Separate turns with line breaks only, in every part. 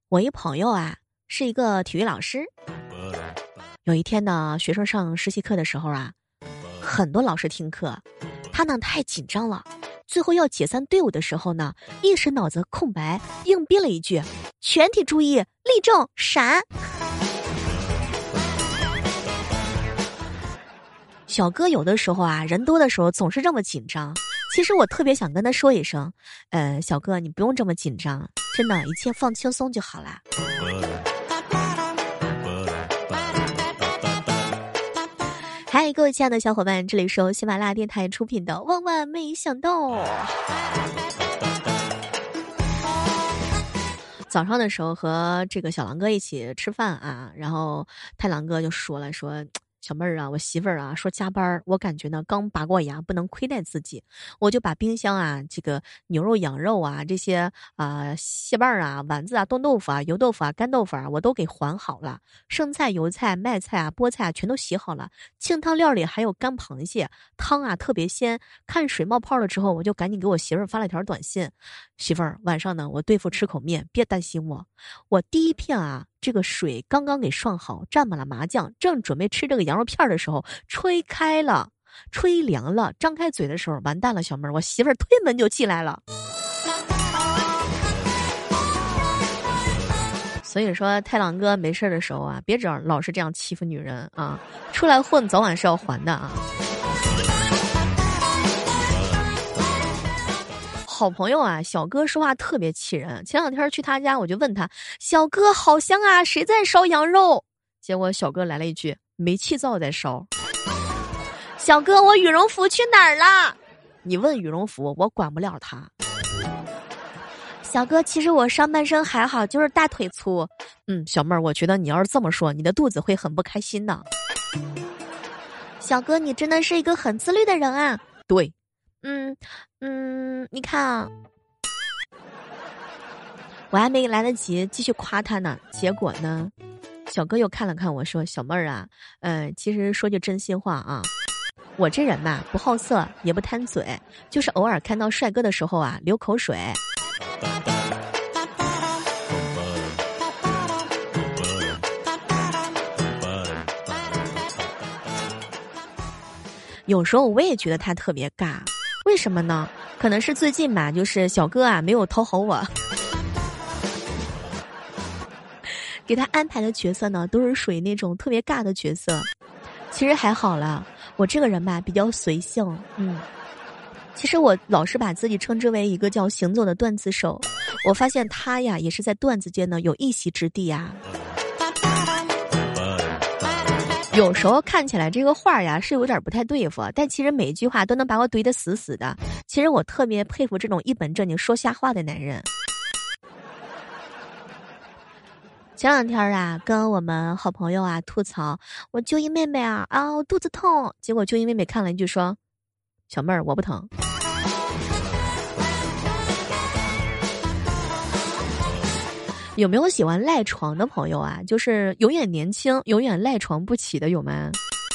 我一朋友啊，是一个体育老师。有一天呢，学生上实习课的时候啊，很多老师听课，他呢太紧张了，最后要解散队伍的时候呢，一时脑子空白，硬憋了一句：“全体注意，立正，闪。”小哥有的时候啊，人多的时候总是这么紧张。其实我特别想跟他说一声，小哥你不用这么紧张，真的，一切放轻松就好啦。嗨，各位亲爱的小伙伴，这里是由喜马拉雅电台出品的《万万没想到》。早上的时候和这个小狼哥一起吃饭啊，然后太狼哥就说了说。小妹儿啊，我媳妇儿啊说加班，我感觉呢刚拔过牙，不能亏待自己，我就把冰箱啊这个牛肉、羊肉啊这些蟹棒啊、丸子啊、冻豆腐啊、油豆腐啊、干豆腐啊，我都给还好了。生菜、油菜、麦菜啊、菠菜啊全都洗好了。清汤料里还有干螃蟹，汤啊特别鲜。看水冒泡了之后，我就赶紧给我媳妇儿发了条短信：媳妇儿，晚上呢我对付吃口面，别担心我。我第一片啊。这个水刚刚给涮好，蘸满了麻酱，正准备吃这个羊肉片的时候，吹开了，吹凉了，张开嘴的时候，完蛋了，小妹儿，我媳妇儿推门就进来了。所以说，太郎哥没事的时候啊，别老是这样欺负女人啊，出来混早晚是要还的啊。好朋友啊，小哥说话特别气人。前两天去他家，我就问他：“小哥，好香啊，谁在烧羊肉？”结果小哥来了一句：“煤气灶在烧。”小哥，我羽绒服去哪儿了？你问羽绒服，我管不了他。小哥，其实我上半身还好，就是大腿粗。小妹儿，我觉得你要是这么说，你的肚子会很不开心的。小哥，你真的是一个很自律的人啊。对。你看啊，我还没来得及继续夸他呢，结果呢，小哥又看了看我说：“小妹儿啊，其实说句真心话啊，我这人嘛不好色，也不贪嘴，就是偶尔看到帅哥的时候啊，流口水。”有时候我也觉得他特别尬。为什么呢？可能是最近吧，就是小哥啊没有讨好我，给他安排的角色呢都是属于那种特别尬的角色。其实还好啦，我这个人吧比较随性。其实我老是把自己称之为一个叫行走的段子手，我发现他呀也是在段子界呢有一席之地啊。有时候看起来这个话呀是有点不太对付，但其实每一句话都能把我怼得死死的。其实我特别佩服这种一本正经说瞎话的男人。前两天啊，跟我们好朋友啊吐槽，我就一妹妹啊我肚子痛，结果就一妹妹看了一句说：“小妹儿，我不疼。”有没有喜欢赖床的朋友啊？就是永远年轻，永远赖床不起的，有吗？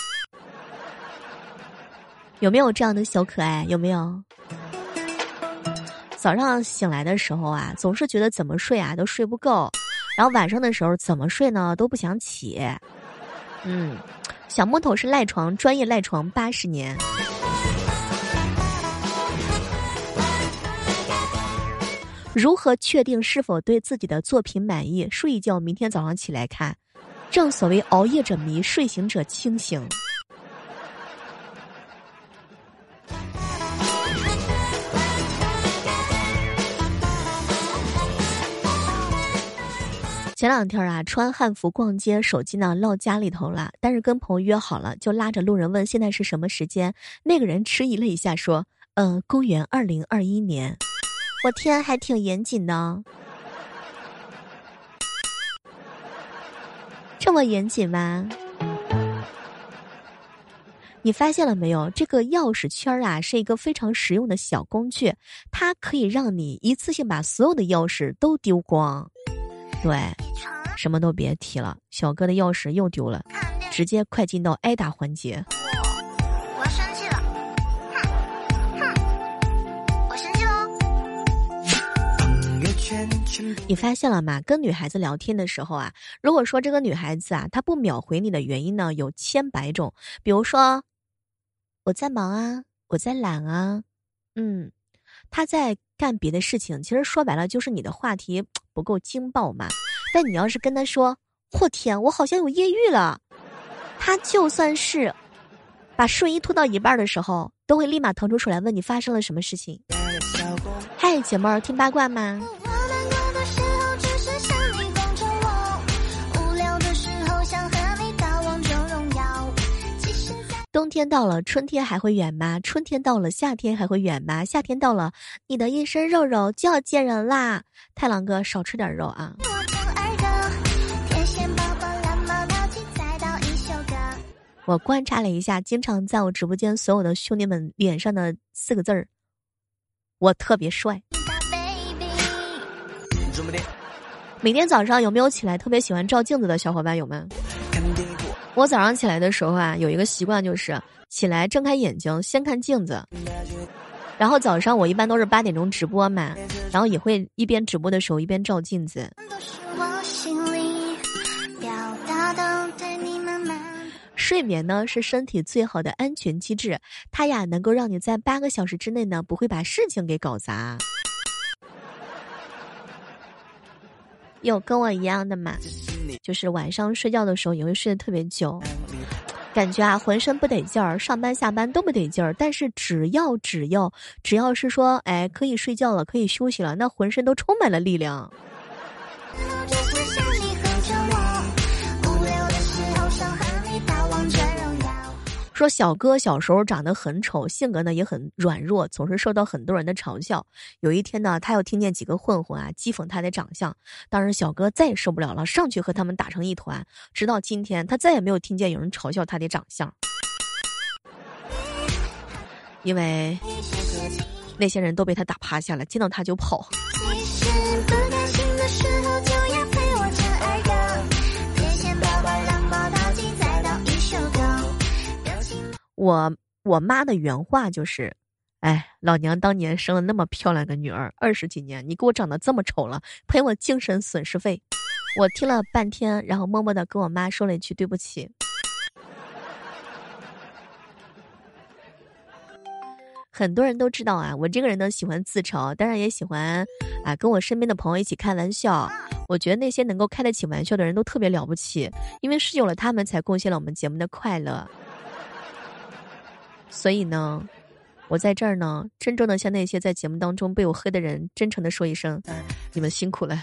有没有这样的小可爱？有没有？早上醒来的时候啊，总是觉得怎么睡啊都睡不够，然后晚上的时候怎么睡呢都不想起。小木头是赖床，专业赖床80年。如何确定是否对自己的作品满意？睡一觉，明天早上起来看。正所谓熬夜者迷，睡醒者清醒。前两天啊，穿汉服逛街，手机呢落家里头了，但是跟朋友约好了，就拉着路人问现在是什么时间。那个人迟疑了一下说：“公元2021年。”我天，还挺严谨的。这么严谨吗？你发现了没有？这个钥匙圈啊，是一个非常实用的小工具，它可以让你一次性把所有的钥匙都丢光。对，什么都别提了，小哥的钥匙又丢了，直接快进到挨打环节。
我生气了，我生气了。
你发现了吗？跟女孩子聊天的时候啊，如果说这个女孩子啊，她不秒回你的原因呢，有千百种。比如说，我在忙啊，我在懒啊，她在干别的事情。其实说白了，就是你的话题不够劲爆嘛。但你要是跟她说，我天，我好像有艳遇了，她就算是把睡衣脱到一半的时候，都会立马腾出手来问你发生了什么事情。嗨，姐妹儿，听八卦吗？冬天到了，春天还会远吗？春天到了，夏天还会远吗？夏天到了，你的一身肉肉就要见人啦！太郎哥，少吃点肉啊！我观察了一下，经常在我直播间所有的兄弟们脸上的4个字儿，我特别帅。每天早上有没有起来特别喜欢照镜子的小伙伴有吗？我早上起来的时候啊，有一个习惯，就是起来睁开眼睛先看镜子，然后早上我一般都是8点钟直播嘛，然后也会一边直播的时候一边照镜子。睡眠呢是身体最好的安全机制，它呀能够让你在8个小时之内呢不会把事情给搞砸。有跟我一样的吗？就是晚上睡觉的时候也会睡得特别久，感觉啊浑身不得劲儿，上班下班都不得劲儿，但是只要是说哎可以睡觉了，可以休息了，那浑身都充满了力量。说小哥小时候长得很丑，性格呢也很软弱，总是受到很多人的嘲笑。有一天呢，他又听见几个混混啊讥讽他的长相，当时小哥再也受不了了，上去和他们打成一团。直到今天，他再也没有听见有人嘲笑他的长相，因为那些人都被他打趴下了，见到他就跑。我妈的原话就是，哎，老娘当年生了那么漂亮的女儿，20几年，你给我长得这么丑了，赔我精神损失费。我听了半天，然后默默地跟我妈说了一句对不起。很多人都知道啊，我这个人呢喜欢自嘲，当然也喜欢啊跟我身边的朋友一起开玩笑。我觉得那些能够开得起玩笑的人都特别了不起，因为是有了他们才贡献了我们节目的快乐。所以呢，我在这儿呢，真正的向那些在节目当中被我黑的人，真诚的说一声，你们辛苦了。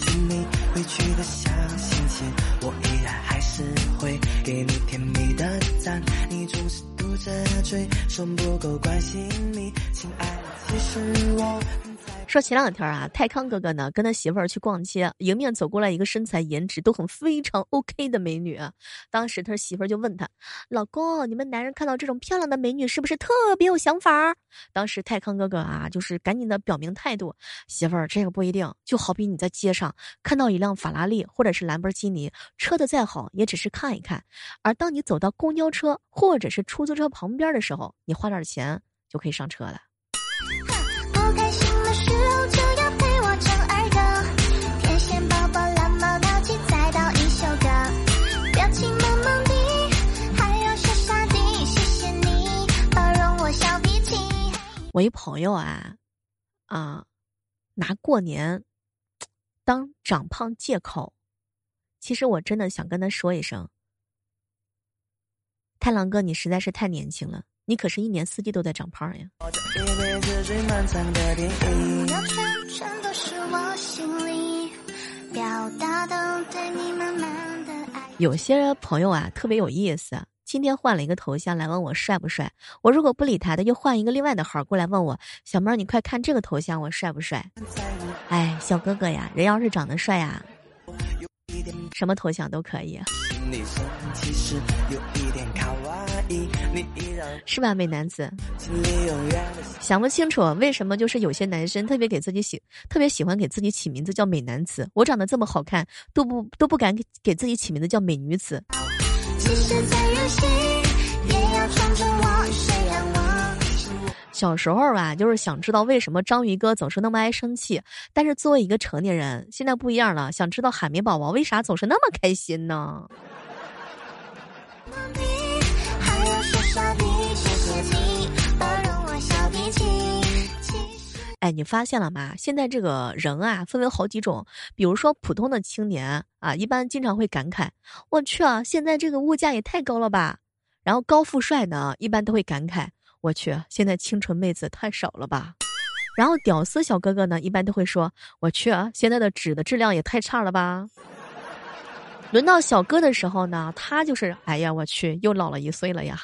我依然还是会给你甜蜜的赞，你总是嘟着嘴，说不够关心你，亲爱的，其实我。说前2天啊，泰康哥哥呢跟他媳妇儿去逛街，迎面走过来一个身材颜值都非常 OK 的美女。当时他媳妇儿就问他，老公，你们男人看到这种漂亮的美女是不是特别有想法？当时泰康哥哥啊就是赶紧的表明态度，媳妇儿，这个不一定，就好比你在街上看到一辆法拉利或者是兰博基尼，车的再好也只是看一看，而当你走到公交车或者是出租车旁边的时候，你花点钱就可以上车了。我一朋友啊，拿过年当长胖借口，其实我真的想跟他说一声，太郎哥，你实在是太年轻了，你可是1年4季都在长胖呀。有些朋友啊特别有意思，今天换了一个头像来问我帅不帅，我如果不理他，他就换一个另外的号过来问我，小妹儿你快看这个头像我帅不帅。哎，小哥哥呀，人要是长得帅呀，什么头像都可以，是吧美男子？想不清楚为什么就是有些男生特别喜欢给自己起名字叫美男子，我长得这么好看都不敢给自己起名字叫美女子。 小时候啊，就是想知道为什么章鱼哥总是那么爱生气，但是作为一个成年人，现在不一样了，想知道海绵宝宝为啥总是那么开心呢？哎，你发现了吗？现在这个人啊，分为好几种。比如说普通的青年啊，一般经常会感慨：“我去啊，现在这个物价也太高了吧。”然后高富帅呢，一般都会感慨：“我去，现在清纯妹子太少了吧。”然后屌丝小哥哥呢，一般都会说：“我去啊，现在的纸的质量也太差了吧。”轮到小哥的时候呢，他就是：“哎呀，我去，又老了1岁了呀。”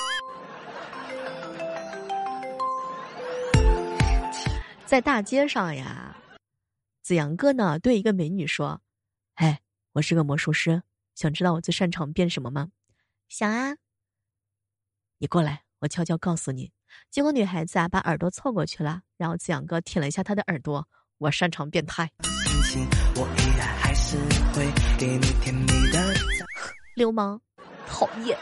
在大街上呀，子阳哥呢对一个美女说：“哎，我是个魔术师，想知道我最擅长变什么吗？”“想啊。”“你过来，我悄悄告诉你。”结果女孩子啊把耳朵凑过去了，然后子阳哥舔了一下她的耳朵：“我擅长变态。”我依然还是会给你甜蜜的流氓，讨厌。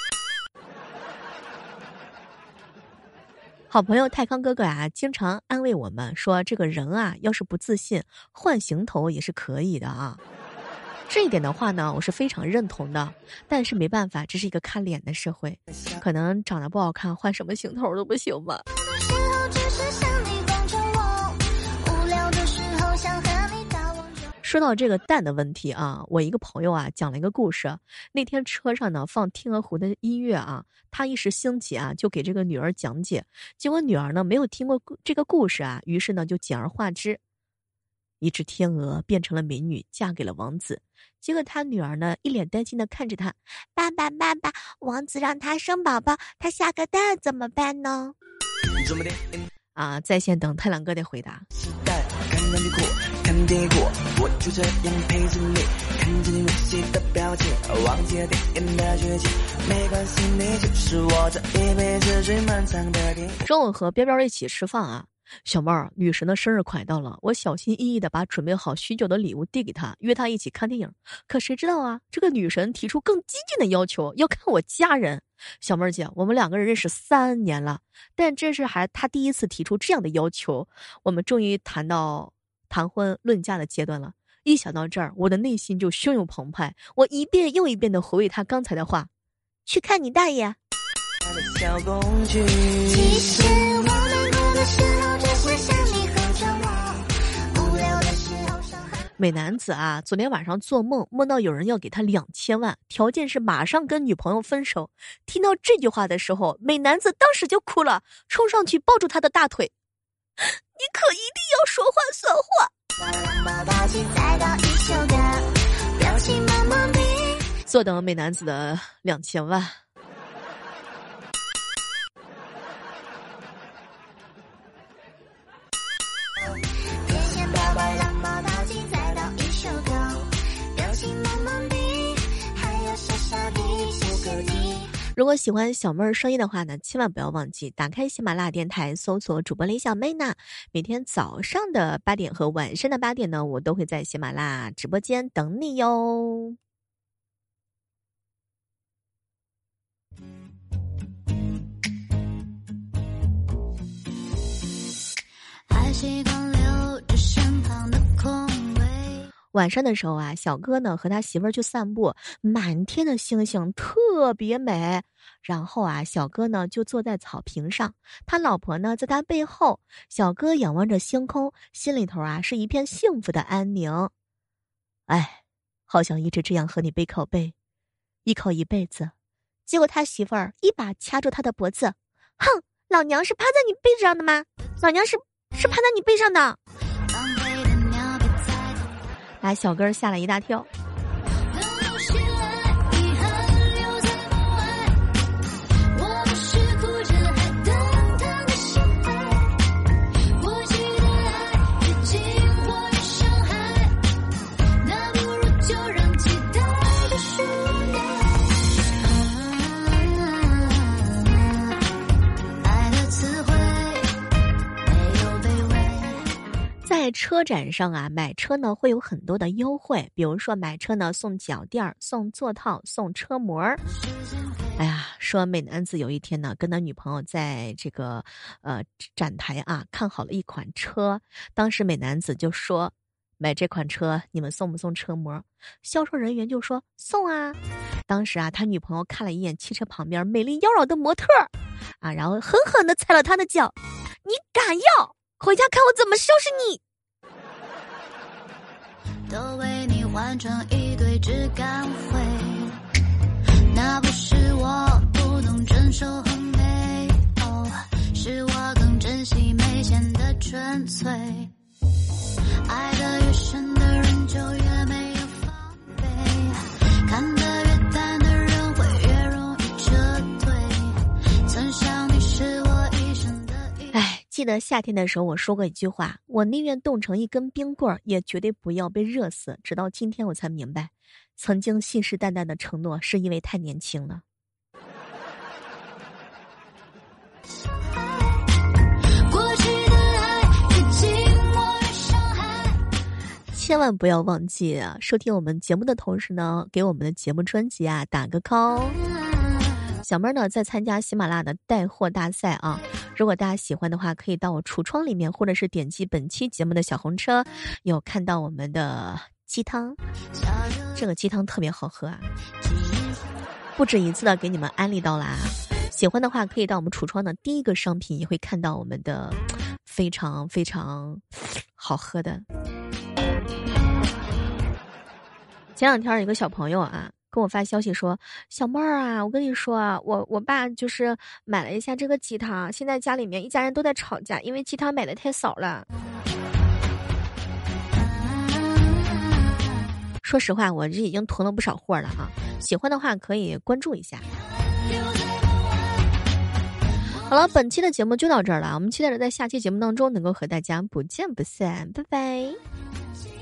好朋友泰康哥哥啊，经常安慰我们说，这个人啊，要是不自信，换行头也是可以的啊。这一点的话呢，我是非常认同的。但是没办法，这是一个看脸的社会，可能长得不好看，换什么行头都不行吧。说到这个蛋的问题啊，我一个朋友啊讲了一个故事。那天车上呢放天鹅湖的音乐啊，他一时兴起啊，就给这个女儿讲解。结果女儿呢没有听过这个故事啊，于是呢就简而化之：一只天鹅变成了美女，嫁给了王子。结果他女儿呢一脸担心的看着他：“爸爸，爸爸，王子让他生宝宝，他下个蛋怎么办呢？”啊，在线等太郎哥的回答。看跌过，我就这样陪着你，看着你入戏的表情，忘记了电影的剧情，没关系，你就是我这一辈子最漫长的电影。中午和彪彪一起吃饭啊，小妹儿，女神的生日快到了，我小心翼翼的把准备好许久的礼物递给她，约她一起看电影。可谁知道啊，这个女神提出更激进的要求，要看我家人。小妹儿姐，我们2个人认识3年了，但这是她第一次提出这样的要求。我们终于谈到谈婚论嫁的阶段了。一想到这儿，我的内心就汹涌澎湃，我一遍又一遍地回味他刚才的话：去看你大爷。小公举，其实我难过的时候只是想你和着我，无聊的时候伤害。美男子啊，昨天晚上做梦，梦到有人要给他2000万，条件是马上跟女朋友分手。听到这句话的时候，美男子当时就哭了，冲上去抱住他的大腿：你可一定要说话算话。坐等美男子的2000万。如果喜欢小妹儿声音的话呢，千万不要忘记打开喜马拉雅电台，搜索主播李小妹呢。每天早上的8点和晚上的8点呢，我都会在喜马拉雅直播间等你哟。还习惯留着身旁的空位。晚上的时候啊，小哥呢和他媳妇儿去散步，满天的星星特别美。然后啊，小哥呢就坐在草坪上，他老婆呢在他背后。小哥仰望着星空，心里头啊是一片幸福的安宁。哎，好想一直这样和你背靠背，依靠一辈子。结果他媳妇儿一把掐住他的脖子：哼，老娘是趴在你背上的吗？老娘是趴在你背上的。把小哥吓了一大跳。在车车展上啊，买车呢会有很多的优惠，比如说买车呢送脚垫、送座套、送车模。哎呀，说美男子有一天呢，跟他女朋友在这个展台啊看好了一款车，当时美男子就说：“买这款车，你们送不送车模？”销售人员就说：“送啊。”当时啊，他女朋友看了一眼汽车旁边美丽妖娆的模特啊，然后狠狠地踩了他的脚：“你敢要？回家看我怎么收拾你！”
都为你换成一堆质感灰，那不是我不懂珍守和美，哦，是我更珍惜美显的纯粹。爱得越深的人就越没有防备，看得越淡的人会越容易撤退。曾想你是我一生的
记得夏天的时候我说过一句话，我宁愿冻成一根冰棍儿，也绝对不要被热死。直到今天我才明白，曾经信誓旦旦的承诺是因为太年轻了。千万不要忘记啊，收听我们节目的同时呢，给我们的节目专辑啊打个 call。小妹呢在参加喜马拉雅的带货大赛啊，如果大家喜欢的话，可以到我橱窗里面，或者是点击本期节目的小红车，有看到我们的鸡汤，这个鸡汤特别好喝啊，不止一次的给你们安利到啦。喜欢的话可以到我们橱窗的第一个商品，也会看到我们的非常非常好喝的。前两天有一个小朋友啊跟我发消息说，小妹儿啊，我跟你说啊，我爸就是买了一下这个鸡汤，现在家里面一家人都在吵架，因为鸡汤买的太少了。说实话，我这已经囤了不少货了啊，喜欢的话可以关注一下。好了，本期的节目就到这儿了，我们期待着在下期节目当中能够和大家不见不散，拜拜。